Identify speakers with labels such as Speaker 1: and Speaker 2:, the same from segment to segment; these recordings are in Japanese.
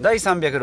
Speaker 1: 第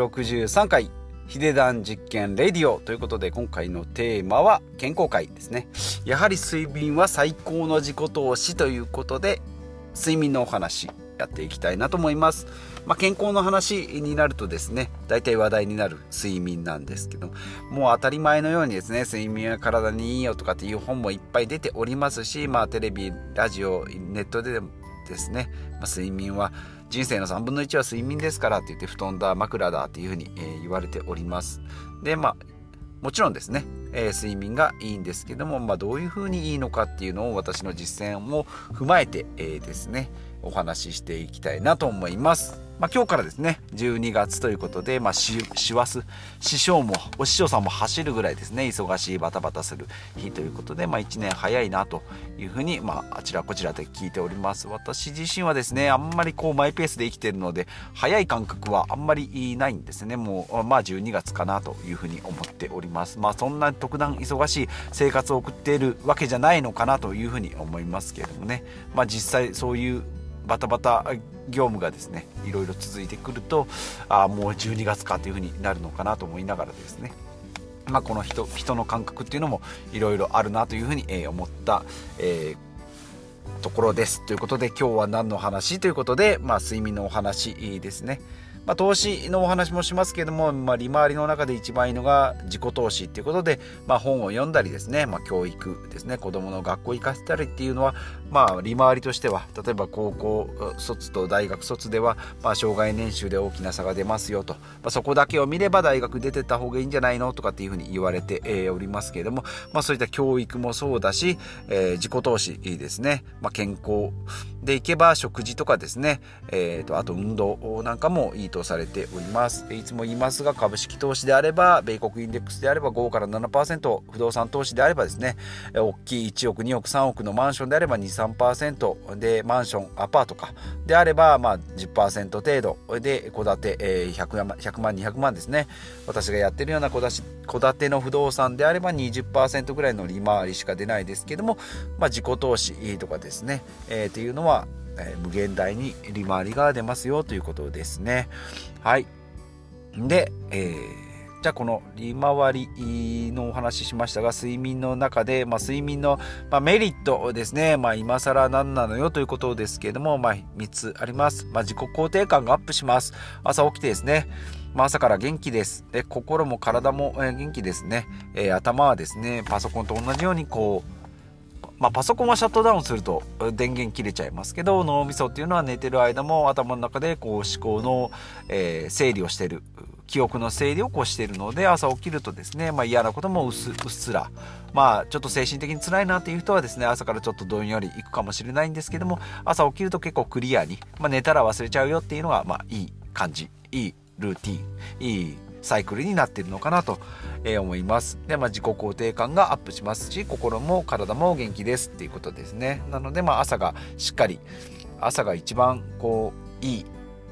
Speaker 1: 363回ヒデダン実験レディオということで、今回のテーマは健康会ですね。やはり睡眠は最高の自己投資ということで、睡眠のお話やっていきたいなと思います。健康の話になるとですね、大体話題になる睡眠なんですけど、もう当たり前のようにですね、睡眠は体にいいよとかっていう本もいっぱい出ておりますし、テレビ、ラジオ、ネットでですね、睡眠は人生の3分の1は睡眠ですからって言って、布団だ枕だっていうふうに、言われております。でもちろんですね、睡眠がいいんですけども、どういうふうにいいのかっていうのを私の実践を踏まえて、ですねお話ししていきたいなと思います。今日からですね12月ということで、師匠さんも走るぐらいですね、忙しいバタバタする日ということで、1年早いなというふうに、あちらこちらで聞いております。私自身はですね、あんまりマイペースで生きているので、早い感覚はあんまりないんですね。もう12月かなというふうに思っております。そんな特段忙しい生活を送っているわけじゃないのかなというふうに思いますけれどもね、実際そういうバタバタ業務がですねいろいろ続いてくると、もう12月かというふうになるのかなと思いながらですね、この人の感覚っていうのもいろいろあるなというふうに思った、ところです。ということで、今日は何の話ということで、睡眠のお話ですね。投資のお話もしますけれども、利回りの中で一番いいのが自己投資ということで、本を読んだりですね、教育ですね、子どもの学校行かせたりっていうのは、利回りとしては、例えば高校卒と大学卒では、生涯年収で大きな差が出ますよと、そこだけを見れば大学出てった方がいいんじゃないのとかっていうふうに言われて、おりますけれども、そういった教育もそうだし、自己投資ですね、健康でいけば食事とかですね、あと運動なんかもいいとされております。いつも言いますが、株式投資であれば、米国インデックスであれば5から 7%、不動産投資であればですね、大きい1億2億3億のマンションであれば 2,3% で、マンションアパートかであれば10% 程度で、戸建て100万200万ですね。私がやってるような戸建ての不動産であれば 20% ぐらいの利回りしか出ないですけども、自己投資とかですね、っていうのは無限大に利回りが出ますよということですね。はい。で、じゃあこの利回りのお話ししましたが、睡眠の中で、睡眠の、メリットですね、今更何なのよということですけれども、3つあります。自己肯定感がアップします。朝起きてですね、朝から元気です。で、心も体も元気ですね。頭はですね、パソコンと同じようにパソコンはシャットダウンすると電源切れちゃいますけど、脳みそっていうのは寝てる間も頭の中で思考の、整理をしている、記憶の整理をしているので、朝起きるとですね、嫌なこともうっすら、ちょっと精神的に辛いなっていう人はですね、朝からちょっとどんよりいくかもしれないんですけども、朝起きると結構クリアに、寝たら忘れちゃうよっていうのがいい感じ、いいルーティン、いいサイクルになっているのかなと思います。で、自己肯定感がアップしますし、心も体も元気ですっていうことですね。なので、朝がしっかり、朝が一番いい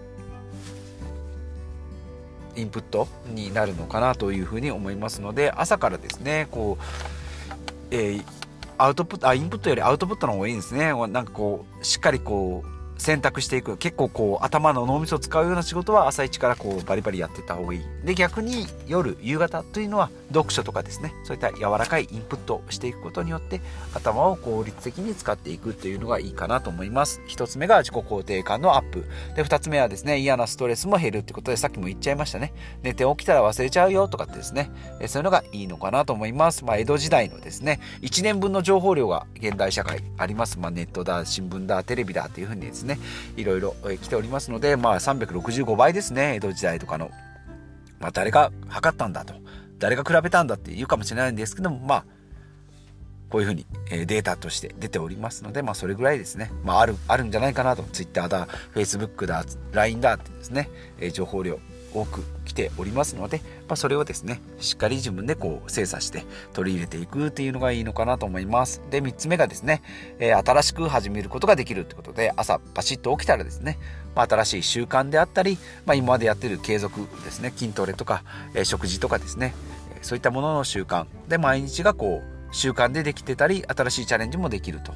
Speaker 1: インプットになるのかなというふうに思いますので、朝からですね、インプットよりアウトプットの方がいいんですね。しっかり選択していく、結構頭の脳みそを使うような仕事は朝一からバリバリやっていった方がいい。で、逆に夕方というのは読書とかですね、そういった柔らかいインプットをしていくことによって頭を効率的に使っていくというのがいいかなと思います。一つ目が自己肯定感のアップで、二つ目はですね、嫌なストレスも減るってことで、さっきも言っちゃいましたね。寝て起きたら忘れちゃうよとかってですね、そういうのがいいのかなと思います。江戸時代のですね、1年分の情報量が現代社会あります。ネットだ、新聞だ、テレビだというふうにですね、いろいろ来ておりますので、365倍ですね。江戸時代とかの、誰が測ったんだと、誰が比べたんだって言うかもしれないんですけども、こういうふうにデータとして出ておりますので、それぐらいですね、あるんじゃないかなと。Twitter だ、Facebook だ、LINE だってですね、情報量多く来ておりますので、それをですねしっかり自分で精査して取り入れていくっていうのがいいのかなと思います。で、3つ目がですね、新しく始めることができるってことで、朝パシッと起きたらですね、新しい習慣であったり、今までやってる継続ですね、筋トレとか、食事とかですね、そういったものの習慣で毎日が習慣でできてたり、新しいチャレンジもできるということ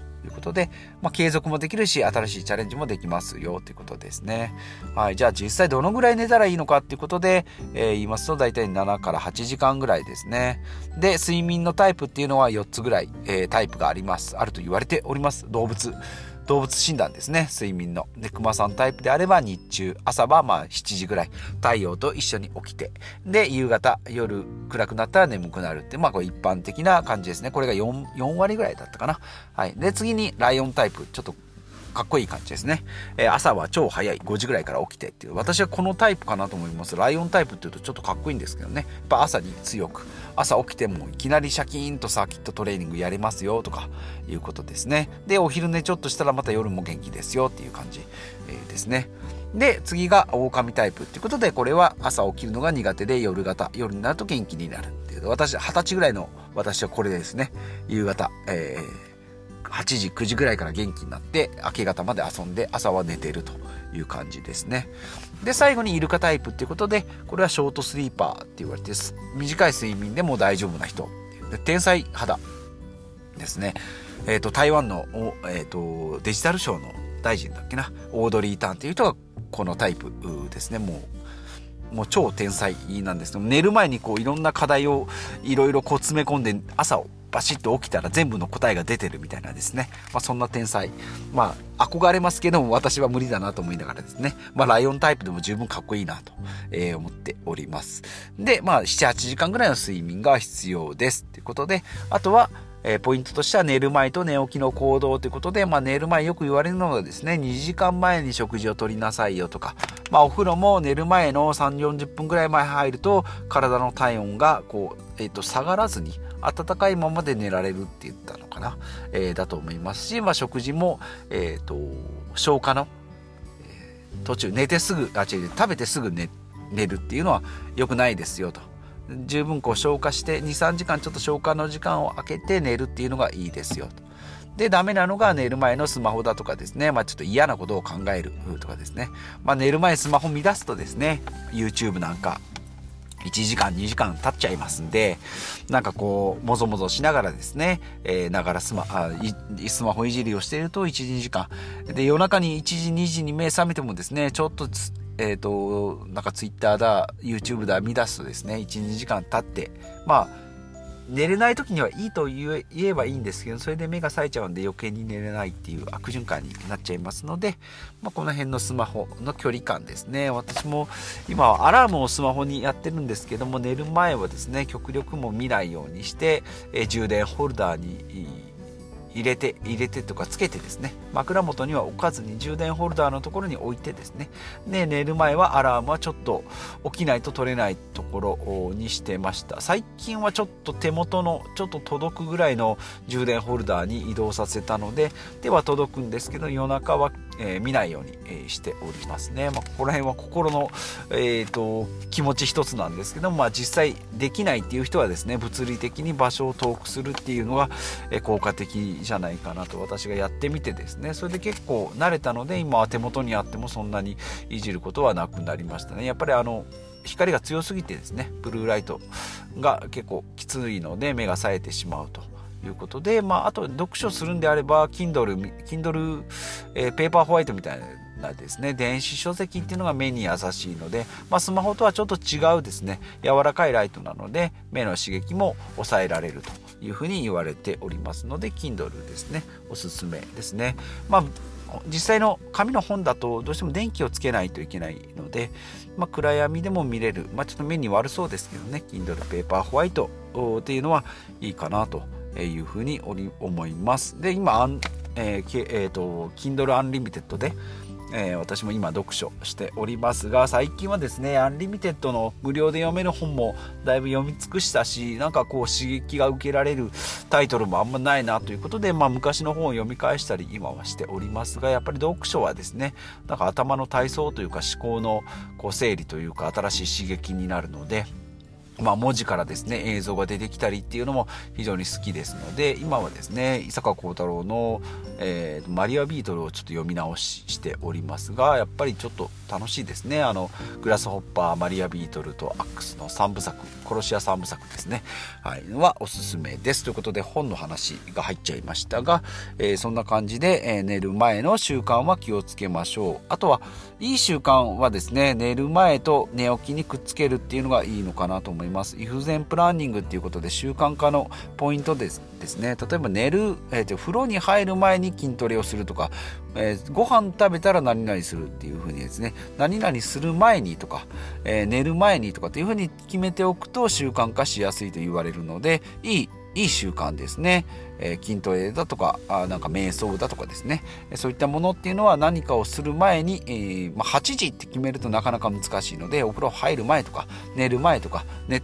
Speaker 1: ことで、継続もできるし新しいチャレンジもできますよということですね。はい、じゃあ実際どのぐらい寝たらいいのかっていうことで、言いますと大体7から8時間ぐらいですね。で睡眠のタイプっていうのは4つぐらい、タイプがあると言われております。動物診断ですね、睡眠の。で熊さんタイプであれば日中、朝は7時ぐらい太陽と一緒に起きて、で夕方夜暗くなったら眠くなるって、これ一般的な感じですね。これが 4割ぐらいだったかな。はい、で次にライオンタイプ、ちょっとかっこいい感じですね。朝は超早い5時ぐらいから起きてっていう、私はこのタイプかなと思います。ライオンタイプっていうとちょっとかっこいいんですけどね、やっぱ朝に強く、朝起きてもいきなりシャキーンとサーキットトレーニングやれますよとかいうことですね。でお昼寝ちょっとしたらまた夜も元気ですよっていう感じ、ですね。で次が狼タイプっていうことで、これは朝起きるのが苦手で夜になると元気になるっていう、私20歳ぐらいの私はこれですね。夕方、8時9時ぐらいから元気になって明け方まで遊んで朝は寝てるという感じですね。で最後にイルカタイプっていうことで、これはショートスリーパーって言われて、短い睡眠でも大丈夫な人で、天才肌ですね。台湾の、デジタルショーの大臣だっけな、オードリー・タンっていう人がこのタイプですね。もう超天才なんですけど、寝る前にいろんな課題をいろいろ詰め込んで朝をバシッと起きたら全部の答えが出てるみたいなですね。そんな天才。憧れますけども私は無理だなと思いながらですね。ライオンタイプでも十分かっこいいなと、思っております。で、7、8時間ぐらいの睡眠が必要ですということで、あとは、ポイントとしては寝る前と寝起きの行動ということで、寝る前よく言われるのがですね、2時間前に食事をとりなさいよとか、お風呂も寝る前の3、40分ぐらい前入ると体の体温が下がらずに温かいままで寝られるって言ったのかな、だと思いますし、食事も、消化の、途中食べてすぐ寝るっていうのは良くないですよと。十分消化して 2,3 時間ちょっと消化の時間を空けて寝るっていうのがいいですよと。でダメなのが寝る前のスマホだとかですね、ちょっと嫌なことを考えるとかですね。寝る前スマホ見出すとですね、 YouTube なんか1時間2時間経っちゃいますんで、もぞもぞしながらですね、スマホいじりをしていると 1,2 時間で、夜中に1時2時に目覚めてもですね、ちょっとTwitter だ YouTube だ見出すとですね、 1,2 時間経って寝れない時にはいいと言えばいいんですけど、それで目が冴えちゃうんで余計に寝れないっていう悪循環になっちゃいますので、この辺のスマホの距離感ですね。私も今はアラームをスマホにやってるんですけども、寝る前はですね極力も見ないようにして、充電ホルダーに入れてとかつけてですね、枕元には置かずに充電ホルダーのところに置いてですね、で寝る前はアラームはちょっと起きないと取れないところにしてました。最近はちょっと手元のちょっと届くぐらいの充電ホルダーに移動させたので、手は届くんですけど夜中は、見ないように、しておりますね。ここら辺は心の、気持ち一つなんですけども、実際できないっていう人はですね、物理的に場所を遠くするっていうのが、効果的じゃないかなと私がやってみてですね、それで結構慣れたので今は手元にあってもそんなにいじることはなくなりましたね。やっぱり光が強すぎてですね、ブルーライトが結構きついので目が冴えてしまうということで、あと読書するんであれば Kindle、ペーパーホワイトみたいなですね、電子書籍っていうのが目に優しいので、スマホとはちょっと違うですね、柔らかいライトなので目の刺激も抑えられるというふうに言われておりますので Kindle ですね、おすすめですね。実際の紙の本だとどうしても電気をつけないといけないので、暗闇でも見れる、ちょっと目に悪そうですけどね、 Kindle ペーパーホワイトっていうのはいいかなというふうに思います。で今Kindle Unlimited で私も今読書しておりますが、最近はですねアンリミテッドの無料で読める本もだいぶ読み尽くしたし、刺激が受けられるタイトルもあんまないなということで、昔の本を読み返したり今はしておりますが、やっぱり読書はですね、頭の体操というか思考の整理というか新しい刺激になるので、 文字からですね映像が出てきたりっていうのも非常に好きですので、今はですね伊坂幸太郎の、マリアビートルをちょっと読み直ししておりますが、やっぱりちょっと楽しいですね。グラスホッパー、マリアビートルとアックスの3部作、殺し屋3部作ですね、はおすすめですということで、本の話が入っちゃいましたが、そんな感じで、寝る前の習慣は気をつけましょう。あとはいい習慣はですね、寝る前と寝起きにくっつけるっていうのがいいのかなと思います。イフゼンプランニングっていうことで習慣化のポイントですね。例えば風呂に入る前に筋トレをするとか、ご飯食べたら何々するっていう風にですね、何々する前にとか、寝る前にとかっていう風に決めておくと習慣化しやすいと言われるので、いい習慣ですね。筋トレだとかなんか瞑想だとかですね、そういったものっていうのは何かをする前に、8時って決めるとなかなか難しいので、お風呂入る前とか寝る前とか寝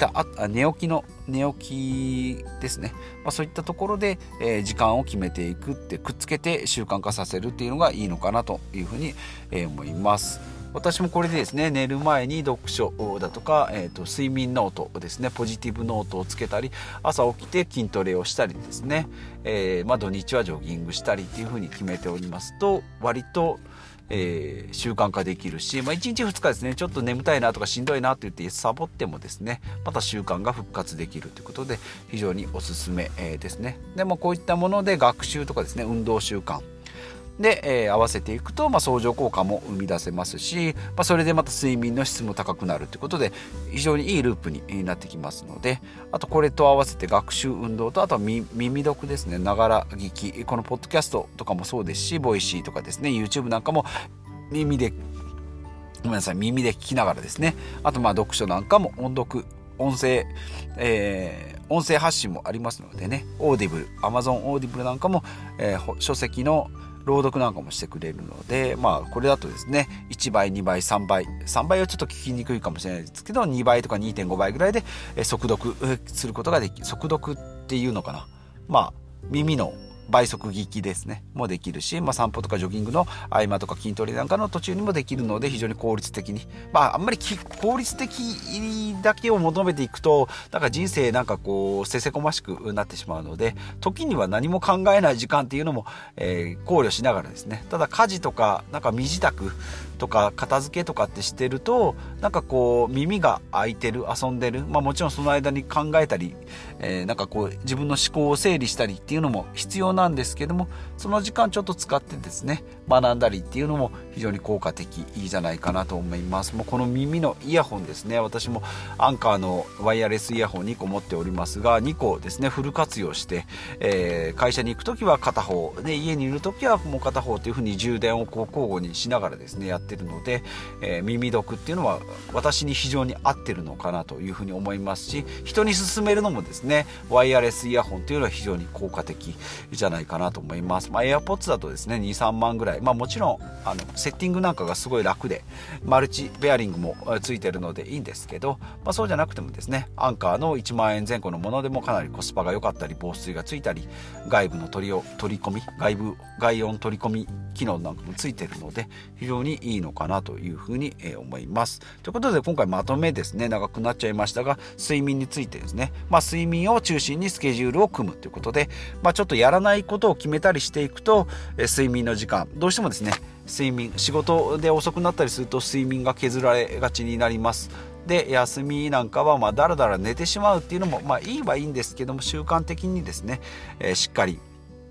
Speaker 1: 起きですね、そういったところで、時間を決めていくってくっつけて習慣化させるっていうのがいいのかなというふうに、思います。私もこれでですね、寝る前に読書だとか、睡眠ノートですね、ポジティブノートをつけたり、朝起きて筋トレをしたりですね、土日はジョギングしたりっていう風に決めておりますと、割と、習慣化できるし、1日2日ですね、ちょっと眠たいなとかしんどいなと言ってサボってもですね、また習慣が復活できるということで非常におすすめ、ですね。でもこういったもので学習とかですね、運動習慣で、合わせていくと、相乗効果も生み出せますし、それでまた睡眠の質も高くなるということで非常にいいループになってきますので、あとこれと合わせて学習、運動と、あとは耳読ですね、ながら聞き、このポッドキャストとかもそうですし、ボイシーとかですね、 YouTube なんかも耳で聞きながらですね、あと読書なんかも音声発信もありますのでね、Amazon オーディブルなんかも、書籍の朗読なんかもしてくれるので、これだとですね、1倍2倍3倍はちょっと聞きにくいかもしれないですけど、2倍とか 2.5 倍ぐらいで速読することができる。速読っていうのかな、耳の倍速聞きですねもできるし、散歩とかジョギングの合間とか筋トレなんかの途中にもできるので、非常に効率的に、あんまり効率的だけを求めていくと人生せせこましくなってしまうので、時には何も考えない時間っていうのも、考慮しながらですね、ただ家事とか身支度とか片付けとかってしてると耳が開いてる、遊んでる、もちろんその間に考えたり、自分の思考を整理したりっていうのも必要なんですけども、その時間ちょっと使ってですね学んだりっていうのも非常に効果的じゃないかなと思います。この耳のイヤホンですね、私もアンカーのワイヤレスイヤホン2個持っておりますが、2個ですねフル活用して、会社に行くときは片方で、家にいるときはもう片方というふうに充電を交互にしながらですねやってるので、耳読っていうのは私に非常に合ってるのかなというふうに思いますし、人に勧めるのもですねワイヤレスイヤホンというのは非常に効果的じゃないかなと思います。AirPods だとですね 2,3 万ぐらい、もちろんセッティングなんかがすごい楽でマルチベアリングもついてるのでいいんですけど、そうじゃなくてもですねアンカーの1万円前後のものでもかなりコスパが良かったり、防水がついたり、外音取り込み機能なんかもついてるので非常にいいのかなというふうに思います。ということで今回まとめですね、長くなっちゃいましたが、睡眠についてですね、睡眠を中心にスケジュールを組むということで、ちょっとやらないことを決めたりしていくと、睡眠の時間どうしてもですね仕事で遅くなったりすると睡眠が削られがちになります。で休みなんかはだらだら寝てしまうっていうのもいいはいいんですけども、習慣的にですね、しっかり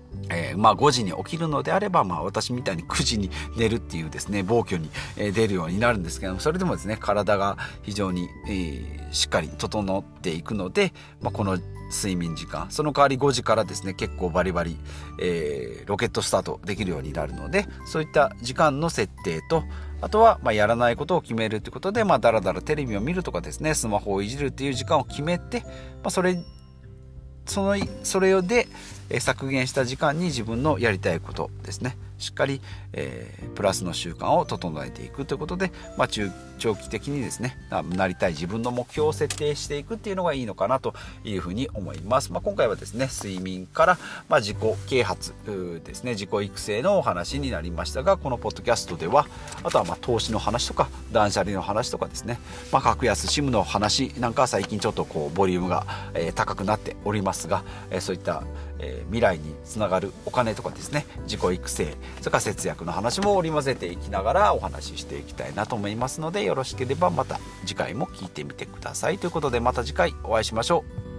Speaker 1: 5時に起きるのであれば、私みたいに9時に寝るっていうですね暴挙に出るようになるんですけども、それでもですね体が非常にしっかり整っていくので、この睡眠時間、その代わり5時からですね結構バリバリ、ロケットスタートできるようになるので、そういった時間の設定と、あとはやらないことを決めるということで、だらだらテレビを見るとかですね、スマホをいじるっていう時間を決めて、それで、 削減した時間に自分のやりたいことですね、しっかり、プラスの習慣を整えていくということで、長期的にですねなりたい自分の目標を設定していくっていうのがいいのかなというふうに思います。今回はですね睡眠から、自己啓発ですね、自己育成のお話になりましたが、このポッドキャストではあとは投資の話とか断捨離の話とかですね、格安SIMの話なんかは最近ちょっとボリュームが、高くなっておりますが、そういった未来につながるお金とかですね、自己育成、それから節約の話も織り交ぜていきながらお話ししていきたいなと思いますので、よろしければまた次回も聞いてみてくださいということで、また次回お会いしましょう。